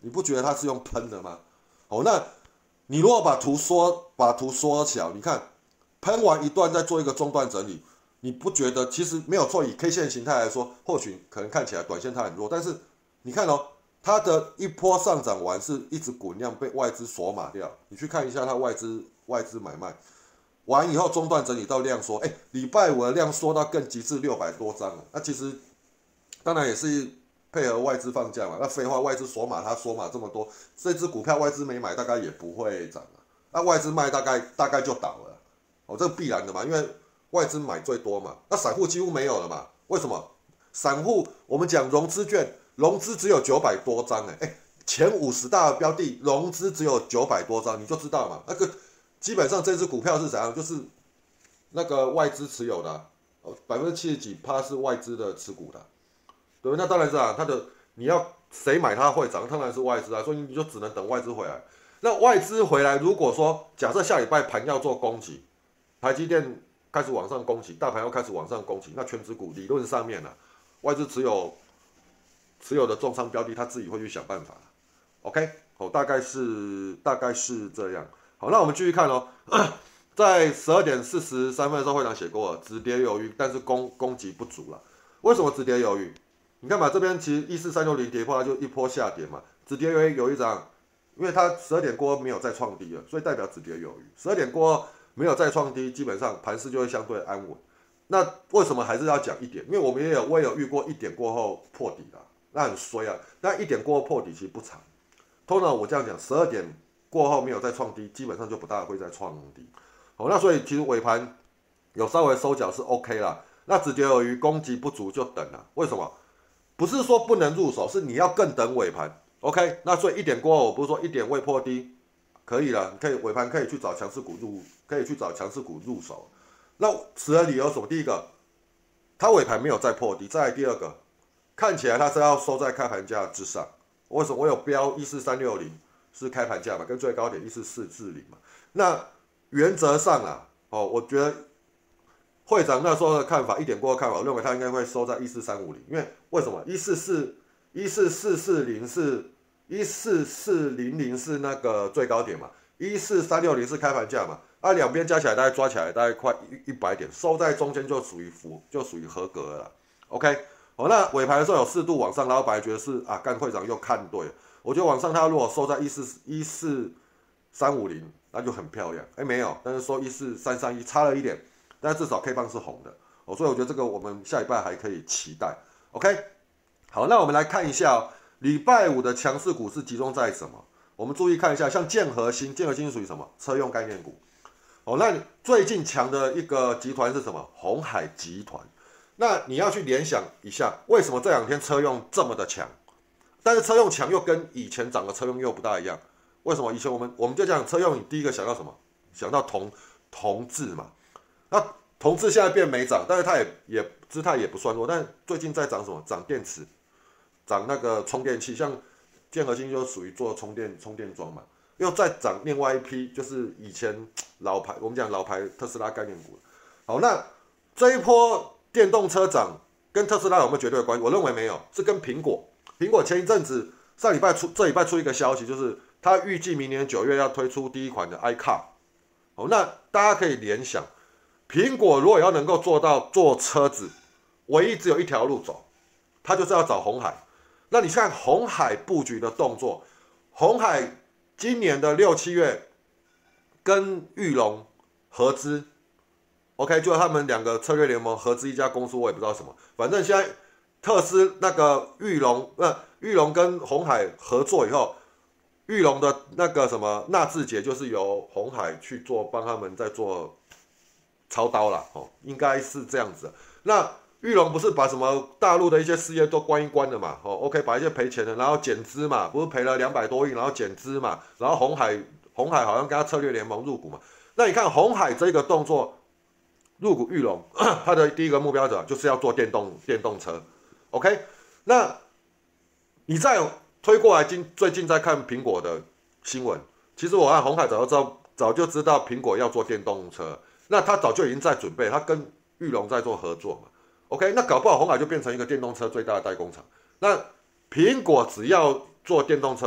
你不觉得它是用喷的吗？哦，那你如果把图缩把图缩小，你看喷完一段再做一个中段整理，你不觉得其实没有错？以 K 线形态来说，或许可能看起来短线它很弱，但是你看哦，它的一波上涨完是一直滚量被外资锁码掉。你去看一下它外资外资买卖完以后中段整理到量缩，哎，礼拜五的量缩到更极致六百多张了。那其实当然也是配合外资放假嘛。那废话，外资锁码它锁码这么多，这只股票外资没买，大概也不会涨了。那外资卖大概大概就倒了。哦，这个必然的嘛，因为外资买最多嘛，那散户几乎没有了嘛？为什么？散户我们讲融资券，融资只有九百多张哎，哎，前五十大的标的融资只有九百多张，你就知道嘛，那个基本上这只股票是怎样，就是那个外资持有的、啊，百分之七十几趴是外资的持股的、啊，对不对？那当然是啊，它的你要谁买它会涨，当然是外资啊，所以你就只能等外资回来。那外资回来，如果说假设下礼拜盘要做攻击，台积电开始往上攻击，大盘要开始往上攻击，那全指股理论上面呢、啊，外资持有持有的重仓标的，他自己会去想办法。OK， 哦，大概是大概是这样。好，那我们继续看哦，在十二点四十三分的时候，会长写过了，止跌有余，但是攻攻击不足了。为什么止跌有余？你看嘛，这边其实一四三六零跌破，它就一波下跌嘛，止跌有余有一张，因为它十二点过后没有再创低了，所以代表止跌有余。十二点过后没有再创低，基本上盘势就会相对安稳。那为什么还是要讲一点？因为我们也有我也有遇过一点过后破底的，那很衰啊。那一点过后破底其实不长，通常我这样讲，十二点过后没有再创低，基本上就不大会再创低。好，那所以其实尾盘有稍微收脚是 OK 啦。那止跌有余，攻击不足就等了。为什么？不是说不能入手，是你要更等尾盘。OK， 那所以一点过后，我不是说一点未破低，可以了，你可以尾盘可以去找强势股入，可以去找强势股入手。那此的理由什么？第一个，它尾盘没有再破低；再来第二个，看起来它是要收在开盘价之上。为什么？我有标一四三六零是开盘价嘛，跟最高点一四四四零嘛。那原则上啦，哦，我觉得会长那时候的看法，一点过后看法，我认为它应该会收在一四三五零，因为为什么？一四四一四四四零是一四四零零是那个最高点嘛，一四三六零是开盘价嘛。啊，两边加起来大概抓起来大概快一百点，收在中间就属于符，就属于合格了啦。OK， 好，那尾盘的时候有适度往上，然后本来觉得是啊，干会长又看对了，我觉得往上它如果收在一四一四三五零，那就很漂亮。哎，没有，但是收一四三三一差了一点，但至少 K 棒是红的，哦，所以我觉得这个我们下礼拜还可以期待。OK， 好，那我们来看一下哦，礼拜五的强势股是集中在什么？我们注意看一下，像建和兴，建和兴属于什么？车用概念股。哦，那最近强的一个集团是什么？鸿海集团。那你要去联想一下，为什么这两天车用这么的强？但是车用强又跟以前涨的车用又不大一样。为什么？以前我们我们就讲车用，你第一个想到什么？想到同同志嘛。那同志现在变没涨，但是它也也姿态也不算弱。但最近在涨什么？涨电池，涨那个充电器，像建和兴就属于做充电充电桩嘛。又再涨另外一批，就是以前老牌，我们讲老牌特斯拉概念股。好，那这一波电动车涨跟特斯拉有没有绝对的关系？我认为没有，是跟苹果。苹果前一阵子上礼拜出，这礼拜出一个消息，就是它预计明年九月要推出第一款的 iCar。好，那大家可以联想，苹果如果要能够做到做车子，唯一只有一条路走，它就是要找鸿海。那你看鸿海布局的动作，鸿海今年的六七月跟裕隆合资 ，OK， 就是他们两个策略联盟合资一家公司，我也不知道什么，反正现在特斯那个裕隆，呃，裕隆跟鸿海合作以后，裕隆的那个什么纳智捷就是由鸿海去做，帮他们在做操刀啦，哦，应该是这样子。那裕隆不是把什么大陆的一些事业都关一关的嘛？哦 ，OK， 把一些赔钱的，然后减资嘛，不是赔了两百多亿，然后减资嘛，然后鸿海鸿海好像跟他策略联盟入股嘛。那你看鸿海这个动作入股裕隆，他的第一个目标者就是要做电动电动车 ，OK？ 那你再推过来，今最近在看苹果的新闻，其实我看鸿海早就知道早就知道苹果要做电动车，那他早就已经在准备，他跟裕隆在做合作嘛。OK， 那搞不好鸿海就变成一个电动车最大的代工厂。那苹果只要做电动车，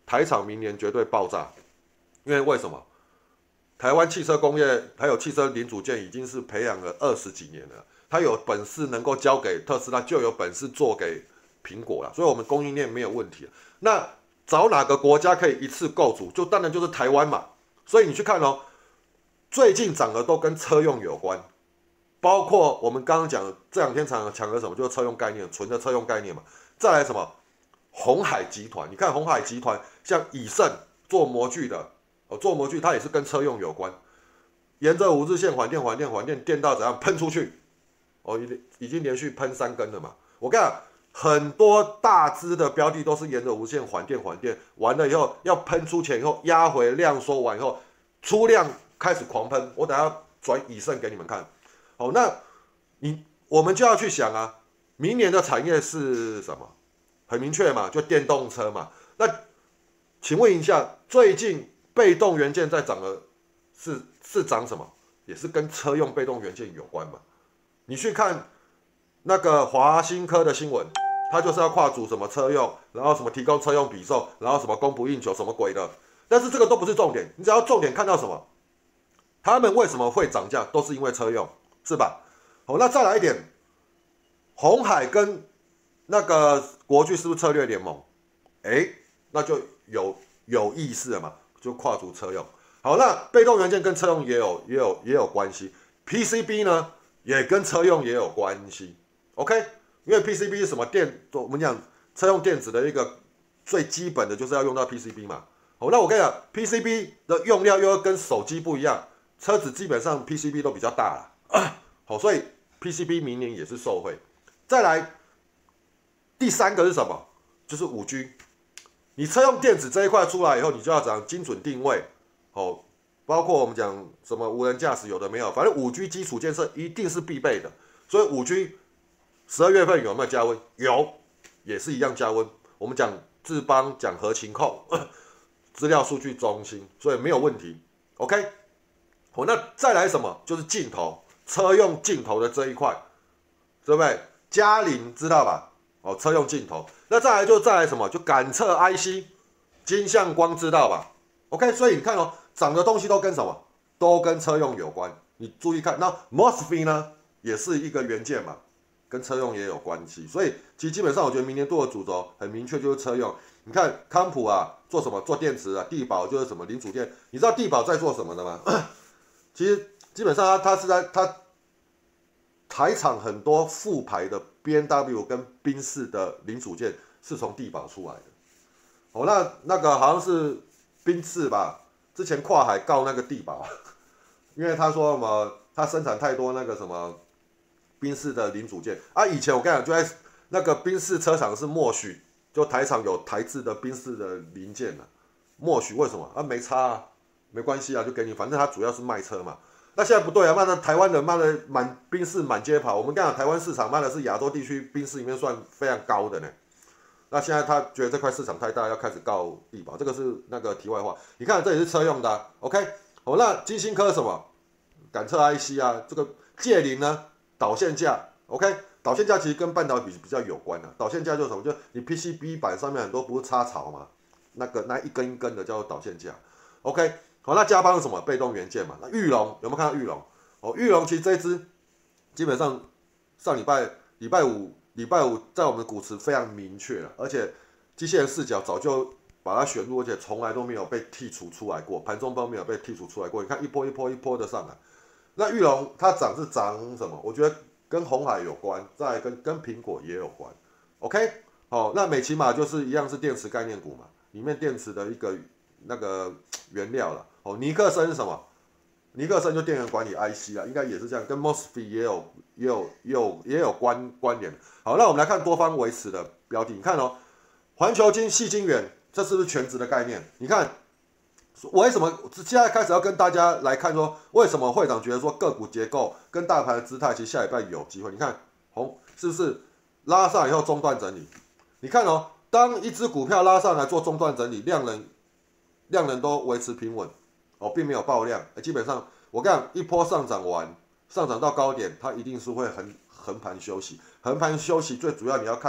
台厂明年绝对爆炸，因为为什么？台湾汽车工业还有汽车零组件已经是培养了二十几年了，它有本事能够交给特斯拉，就有本事做给苹果了，所以我们供应链没有问题。那找哪个国家可以一次购足？就当然就是台湾嘛。所以你去看哦，最近涨的都跟车用有关，包括我们刚刚讲这两天常讲的什么，就是车用概念，纯的车用概念嘛。再来什么？鸿海集团，你看鸿海集团像以盛做模具的。哦，做模具它也是跟车用有关，沿着五日线缓电缓电缓电电到怎样喷出去，哦，已经连续喷三根了嘛。我跟你讲，很多大支的标的都是沿着无线缓电缓电，完了以后要喷出钱以后压回量缩完以后出量开始狂喷。我等下转以盛给你们看。好，那你我们就要去想啊，明年的产业是什么？很明确嘛，就电动车嘛。那请问一下，最近被动元件在涨的是是涨什么？也是跟车用被动元件有关嘛？你去看那个华新科的新闻，它就是要跨足什么车用，然后什么提供车用比重，然后什么供不应求，什么鬼的。但是这个都不是重点，你只要重点看到什么，他们为什么会涨价，都是因为车用，是吧？好，那再来一点，鸿海跟那个国巨是不是策略联盟？哎，那就有有意思了嘛。就跨足车用，好，那被动元件跟车用也有也有也有关系 ，P C B 呢也跟车用也有关系 ，OK？ 因为 P C B 是什么电？我们讲车用电子的一个最基本的就是要用到 P C B 嘛。好，那我跟你讲 ，P C B 的用料又要跟手机不一样，车子基本上 P C B 都比较大啦，好，所以 P C B 明年也是受惠。再来，第三个是什么？就是 五 G。你车用电子这一块出来以后，你就要讲精准定位，哦，包括我们讲什么无人驾驶有的没有，反正 五 G 基础建设一定是必备的。所以 五 G 十二月份有没有加温？有，也是一样加温。我们讲智邦讲合情控，资料数据中心，所以没有问题。OK， 好，那再来什么？就是镜头，车用镜头的这一块，对不对？嘉陵知道吧？哦，车用镜头。那再来就再来什么？就感测 I C， 金相光知道吧 ？OK， 所以你看哦，涨的东西都跟什么？都跟车用有关。你注意看，那 M O S F E T 呢，也是一个元件嘛，跟车用也有关系。所以其实基本上，我觉得明年度的主轴很明确，就是车用。你看康普啊，做什么？做电池啊。地保就是什么零组件。你知道地保在做什么的吗？其实基本上它它是在它台厂很多副牌的 B M W 跟宾士的零组件是从地保出来的。哦，那那个好像是宾士吧，之前跨海告那个地保，因为他说什么，他生产太多那个什么宾士的零组件啊。以前我跟你讲，就在那个宾士车厂是默许，就台厂有台制的宾士的零件啊，默许为什么啊？没差啊，没关系啊，就给你，反正他主要是卖车嘛。那现在不对啊，妈的台湾人妈的满宾士满街跑，我们刚讲台湾市场妈的是亚洲地区宾士里面算非常高的呢。那现在他觉得这块市场太大，要开始告地保，这个是那个题外话。你看这也是车用的、啊、，OK？ 好，那金星科什么？感测 I C 啊，这个界零呢，导线架 ，OK？ 导线架其实跟半导体比较有关的、啊，导线架就是什么？就你 P C B 板上面很多不是插槽吗？那个那一根一根的叫做导线架 ，OK？好，那嘉邦是什么？被动元件嘛。那裕隆有没有看到裕隆？哦，裕隆其实这一支基本上上礼拜礼拜五礼拜五在我们的股池非常明确了，而且机械人视角早就把它选入，而且从来都没有被剔除出来过，盘中都没有被剔除出来过。你看一波一波一波的上来，那裕隆它涨是涨什么？我觉得跟鸿海有关，再来跟跟苹果也有关。OK， 好，那美骑马就是一样是电池概念股嘛，里面电池的一个那个原料了。哦，尼克森是什么？尼克森就电源管理 I C 啦，应该也是这样，跟 M O S F E T 也有也有也有也有关关联。好，那我们来看多方维持的标的，你看哦，环球金、矽晶圆，这是不是全值的概念？你看，为什么现在开始要跟大家来看说，为什么会长觉得说个股结构跟大盘的姿态，其实下礼拜有机会？你看红是不是拉上以后中段整理？你看哦，当一只股票拉上来做中段整理，量能量能都维持平稳。哦，并没有爆量，基本上我跟你讲，一波上涨完，上涨到高点，它一定是会横横盘休息。横盘休息最主要你要看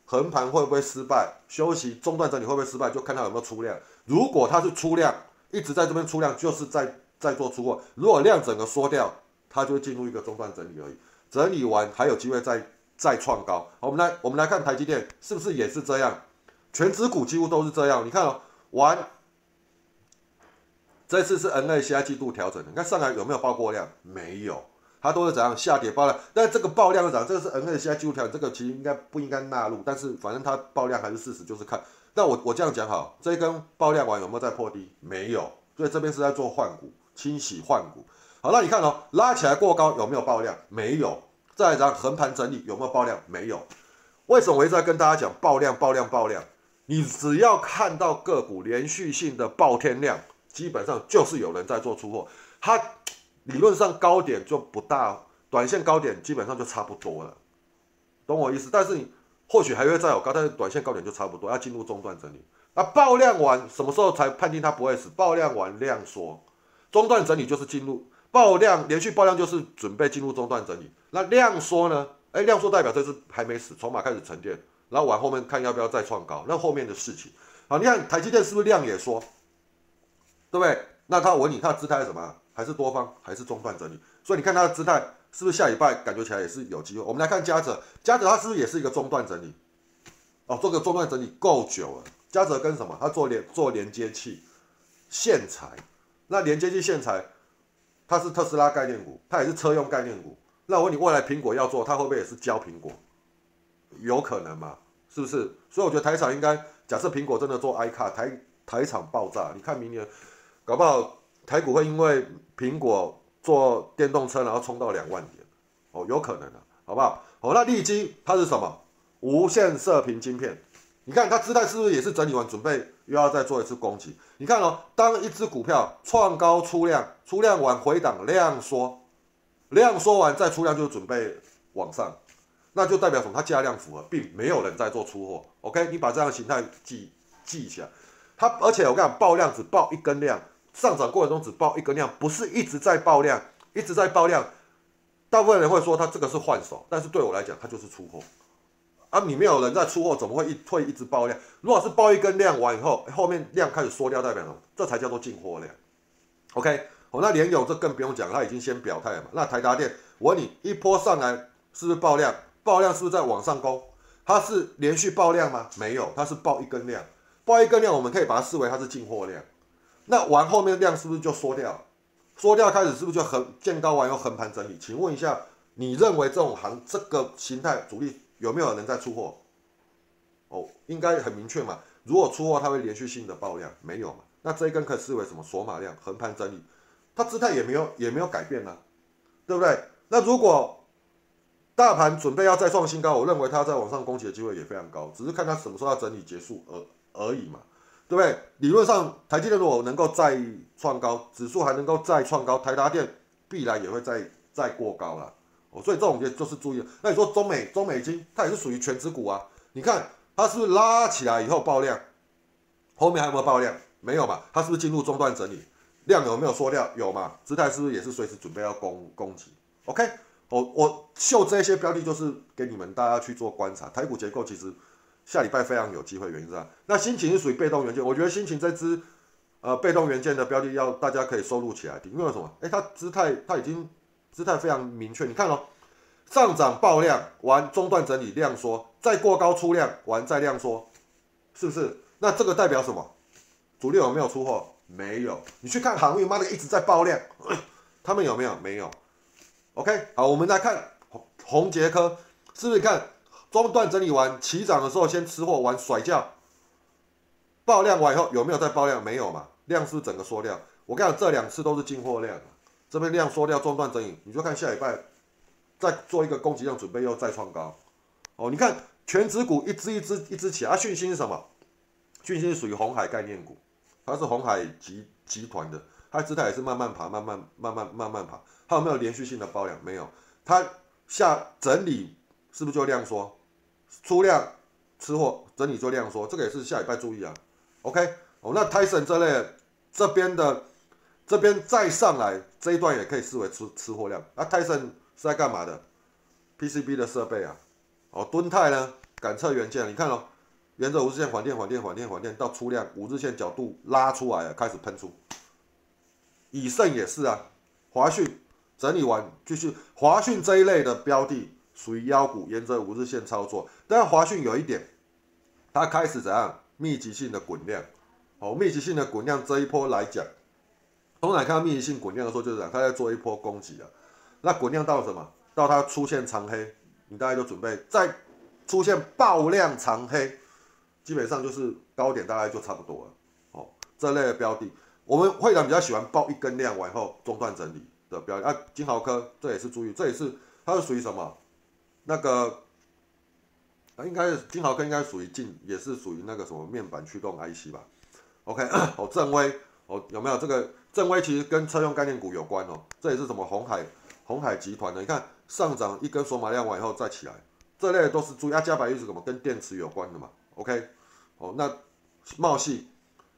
横盘会不会失败，休息中段整理会不会失败，就看它有没有出量。如果它是出量，一直在这边出量，就是在在做出货。如果量整个缩掉，它就会进入一个中段整理而已。整理完还有机会再再创高。好，我们来我们来看台积电是不是也是这样？全指股几乎都是这样。你看哦，完，这次是 N A C I 季度调整的，你看上来有没有爆过量？没有。它都是怎样下跌爆量，但这个爆量是怎样？这个是 N A C I 技术调整，这个其实应该不应该纳入，但是反正它爆量还是事实，就是看。那我我这样讲好，这一根爆量完有没有再破低？没有，所以这边是在做换股、清洗换股。好，那你看哦，拉起来过高有没有爆量？没有。再来讲横盘整理有没有爆量？没有。为什么我一直在跟大家讲爆量、爆量、爆量？你只要看到个股连续性的爆天量，基本上就是有人在做出货，它。理论上高点就不大，短线高点基本上就差不多了，懂我意思？但是你或许还会再有高，但是短线高点就差不多，要进入中段整理。那爆量完什么时候才判定它不会死？爆量完量缩，中段整理就是进入爆量，连续爆量就是准备进入中段整理。那量缩呢？哎，量缩代表这是还没死，筹码开始沉淀，然后往后面看要不要再创高，那后面的事情。好，你看台积电是不是量也缩？对不对？那它我问你，它的姿态是什么？还是多方，还是中段整理？所以你看它的姿态是不是下礼拜感觉起来也是有机会？我们来看嘉泽，嘉泽它是不是也是一个中段整理？哦，做个中段整理够久了。嘉泽跟什么？它做连做连接器、线材。那连接器、线材，它是特斯拉概念股，它也是车用概念股。那我问你，未来苹果要做，它会不会也是教苹果？有可能嘛？是不是？所以我觉得台厂应该，假设苹果真的做 I 卡，台台厂爆炸，你看明年搞不好。台股会因为苹果做电动车，然后冲到两万点，哦，有可能的，好不好？好，那利基它是什么？无线射频晶片，你看它姿态是不是也是整理完，准备又要再做一次攻击？你看哦，当一只股票创高出量，出量完回档量缩，量缩完再出量就准备往上，那就代表什么？它价量符合，并没有人在做出货。OK， 你把这样的形态记记起来。它而且我跟你讲，爆量只爆一根量。上涨过程中只爆一根量，不是一直在爆量，一直在爆量。大部分人会说它这个是换手，但是对我来讲，它就是出货。啊，你没有人在出货，怎么会一会一直爆量？如果是爆一根量完以后，后面量开始缩掉，代表什么？这才叫做进货量。OK， 好，那联友这更不用讲，它已经先表态了嘛。那台达电，我问你，一波上来是不是爆量？爆量是不是在往上攻？它是连续爆量吗？没有，它是爆一根量。爆一根量，我们可以把它视为它是进货量。那完后面的量是不是就缩掉？缩掉开始是不是就横见高完又横盘整理？请问一下，你认为这种行这个形态主力有没有人在出货？哦，应该很明确嘛。如果出货，它会连续性的爆量，没有嘛？那这一根可以视为什么？锁码量，横盘整理，它姿态也没有也没有改变啊，对不对？那如果大盘准备要再创新高，我认为它在往上攻击的机会也非常高，只是看它什么时候要整理结束而而已嘛。对不对？理论上，台积电如果能够再创高，指数还能够再创高，台达电必然也会再再过高啦。哦，所以这种就是注意。那你说中美中美金，它也是属于全指股啊。你看它是不是拉起来以后爆量，后面还有没有爆量？没有嘛。它是不是进入中段整理？量有没有缩掉？有嘛。姿态是不是也是随时准备要攻攻击 ？OK， 我我秀这些标的就是给你们大家去做观察。台股结构其实。下礼拜非常有机会，原因是啥？那心情是属于被动元件，我觉得心情这支呃被动元件的标的要大家可以收录起来听，因为什么？哎，它姿态它已经姿态非常明确，你看哦，上涨爆量完中段整理量缩，再过高出量完再量缩，是不是？那这个代表什么？主力有没有出货？没有。你去看航运，妈的一直在爆量，他们有没有？没有。OK， 好，我们来看宏捷科，是不是看？中段整理完起涨的时候先吃货完甩掉，爆量完以后有没有再爆量？没有嘛，量是不是整个缩掉？我跟你讲，这两次都是进货量，这边量缩掉，中段整理，你就看下礼拜再做一个攻击量，准备又再创高。哦，你看全指股一只一只一只起来，啊，讯息是什么？讯息是属于鸿海概念股，它是鸿海集集团的，它姿态也是慢慢爬，慢慢慢慢慢慢爬，它有没有连续性的爆量？没有，它下整理是不是就量缩？出量吃货整理做量缩，这个也是下礼拜注意啊。OK， 哦，那 Tyson 这类这边的这边再上来这一段也可以视为吃吃货量。那 Tyson 是在干嘛的 ？P C B 的设备啊。哦，敦泰呢， 感测元件，你看哦，沿着五日线缓电、缓电、缓电、缓电到出量，五日线角度拉出来了，开始喷出。以盛也是啊，华讯整理完继续，华讯这一类的标的属于妖股，沿着五日线操作。但华讯有一点，它开始怎样密集性的滚量，好，密集性的滚量这一波来讲，通常看到密集性滚量的时候，就是讲它在做一波攻击了。那滚量到什么？到它出现长黑，你大概就准备再出现爆量长黑，基本上就是高点大概就差不多了。哦，这类的标的，我们会长比较喜欢爆一根量完后中断整理的标的。啊，金豪科这也是注意，这也是它是属于什么？那个，啊，应该是金豪科应该属于进，也是属于那个什么面板驱动 I C 吧。OK， 哦，正威，哦，有没有这个正威其实跟车用概念股有关哦，这也是什么红海红海集团的，你看上涨一根索马量完以后再起来，这类的都是注意，啊，嘉百玉是什么？跟电池有关的嘛。OK， 哦，那茂系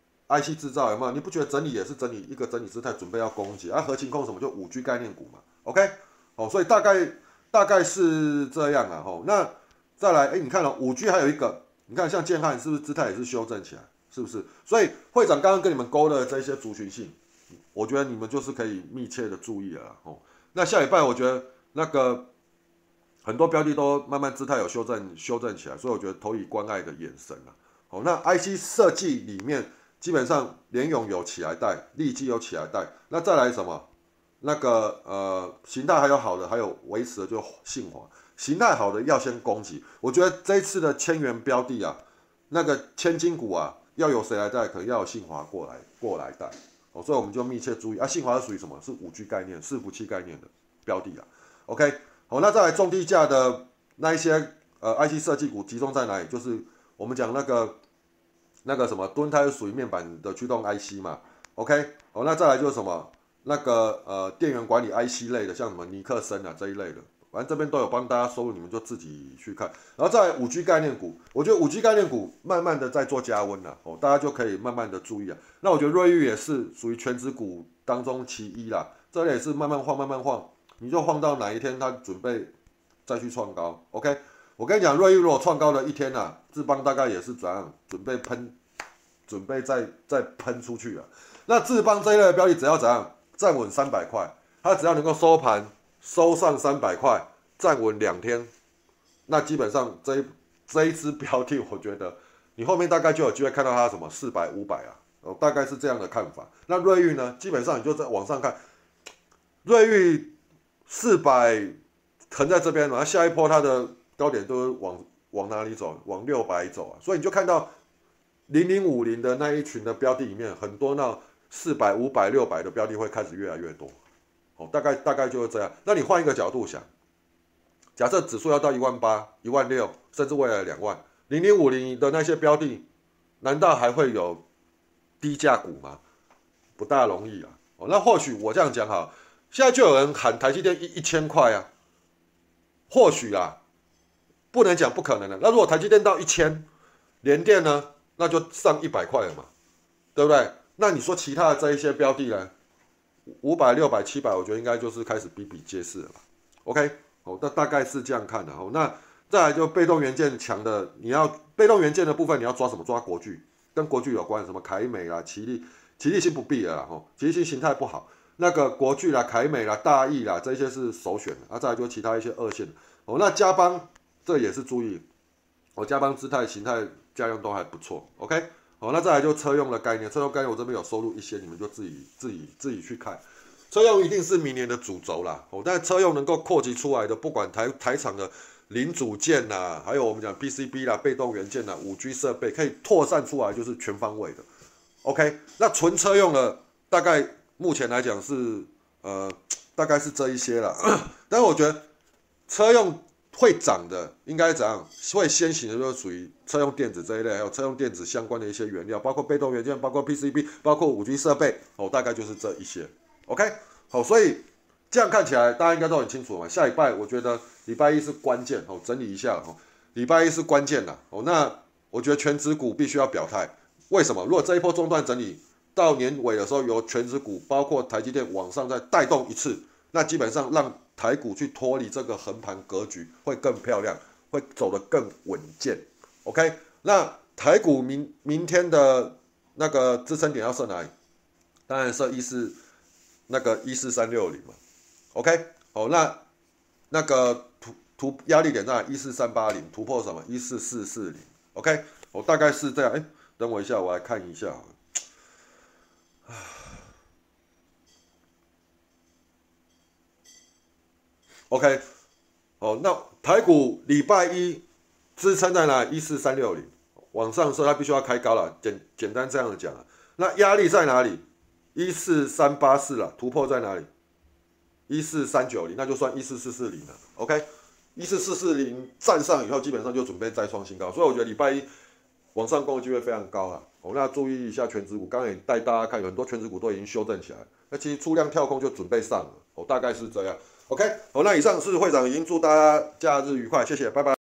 I C 制造有没有？你不觉得整理也是整理一个整理姿态，准备要攻击？啊，合情控什么就五 G 概念股嘛。OK， 哦，所以大概大概是这样啊。吼，那再来，哎，你看了、哦、五 G 还有一个，你看像建汉是不是姿态也是修正起来？是不是？所以会长刚刚跟你们勾的这些族群性，我觉得你们就是可以密切的注意了啦。哦，那下礼拜我觉得那个很多标的都慢慢姿态有修正修正起来，所以我觉得投以关爱的眼神啦。哦，那 I C 设计里面基本上联咏有起来带，利基有起来带，那再来什么？那个呃形态还有好的，还有维持的就信华，形态好的要先攻击。我觉得这一次的千元标的啊，那个千金股啊。要有谁来带？可能要有信华过来过来带，哦，所以我们就密切注意啊。信华是属于什么？是五 G 概念、伺服器概念的标的啊。OK， 好，那再来中低价的那一些呃 I C 设计股集中在哪里？就是我们讲那个那个什么敦泰是属于面板的驱动 I C 嘛。OK， 好，那再来就是什么那个呃电源管理 I C 类的，像什么尼克森啊这一类的。反正这边都有帮大家收入，你们就自己去看。然后再来五 G 概念股，我觉得五 G 概念股慢慢的在做加温了，哦，大家就可以慢慢的注意啊。那我觉得瑞昱也是属于全指股当中其一啦，这里也是慢慢晃慢慢晃，你就晃到哪一天它准备再去创高 ，OK？ 我跟你讲，瑞昱如果创高的一天啊，智邦大概也是怎样，准备喷，准备再再喷出去了。那智邦这一类的标的只要怎样站稳三百块，它只要能够收盘。收上三百块，站稳两天，那基本上这一这一支标的，我觉得你后面大概就有机会看到它什么四百、五百啊，哦，大概是这样的看法。那瑞昱呢，基本上你就在往上看，瑞昱四百横在这边嘛，下一波它的高点都是往往哪里走？往六百走啊，所以你就看到零零五零的那一群的标的里面，很多那四百、五百、六百的标的会开始越来越多。哦，大概大概就是这样。那你换一个角度想，假设指数要到一万八、一万六，甚至未来两万，零零五零的那些标的，难道还会有低价股吗？不大容易啊。哦，那或许我这样讲哈，现在就有人喊台积电一一千块啊，或许啦，不能讲不可能的。那如果台积电到一千，联电呢，那就上一百块了嘛，对不对？那你说其他的这一些标的呢？五百、六百、七百，我觉得应该就是开始比比皆是了吧。OK， 哦，那大概是这样看的。哦，那再来就被动元件强的，你要被动元件的部分，你要抓什么？抓国巨，跟国巨有关，什么凯美啦、奇力，奇力新不必了啦，哦，奇力新形态不好。那个国巨啦、凯美啦、大益啦，这些是首选的。啊，再来就是其他一些二线的。哦，那嘉邦这也是注意，哦，嘉邦姿态、形态、价用都还不错。OK。好，那再来就车用的概念，车用概念我这边有收录一些，你们就自己自己自己去看。车用一定是明年的主轴啦，哦，但车用能够扩及出来的，不管台台厂的零组件呐，还有我们讲 P C B 啦、被动元件啦、五 G 设备，可以扩散出来，就是全方位的。OK， 那纯车用的大概目前来讲是呃大概是这一些啦，但是我觉得车用会涨的应该怎样？会先行的就是属于车用电子这一类，还有车用电子相关的一些原料，包括被动元件，包括 P C B， 包括五 G 设备，哦，大概就是这一些。OK， 好，所以这样看起来大家应该都很清楚嘛。下礼拜我觉得礼拜一是关键，哦，整理一下哦，礼拜一是关键啦，哦，那我觉得全指股必须要表态。为什么？如果这一波中段整理到年尾的时候，由全指股包括台积电往上再带动一次，那基本上让台股去脱离这个横盘格局会更漂亮，会会走得更稳健。OK， 那台股明明天的那个支撑点要设哪里？当然设一四那个一四三六零嘛。OK， 好，那那个突突压力点在一四三八零，突破什么？一四四四零。OK， 我大概是这样。哎，等我一下，我来看一下。OK， 哦，那台股礼拜一支撑在哪里？一四三六零，往上说它必须要开高了，简简单这样的讲啊。那压力在哪里？一四三八四了，突破在哪里？一四三九零，那就算一四四四零了。OK， 一四四四零站上以后，基本上就准备再创新高，所以我觉得礼拜一往上攻的机会非常高啊。我、哦、那注意一下全指股，刚才也带大家看，有很多全指股都已经修正起来，那其实出量跳空就准备上了，哦，大概是这样。OK， 好，那以上是会长，已经祝大家假日愉快，谢谢，拜拜。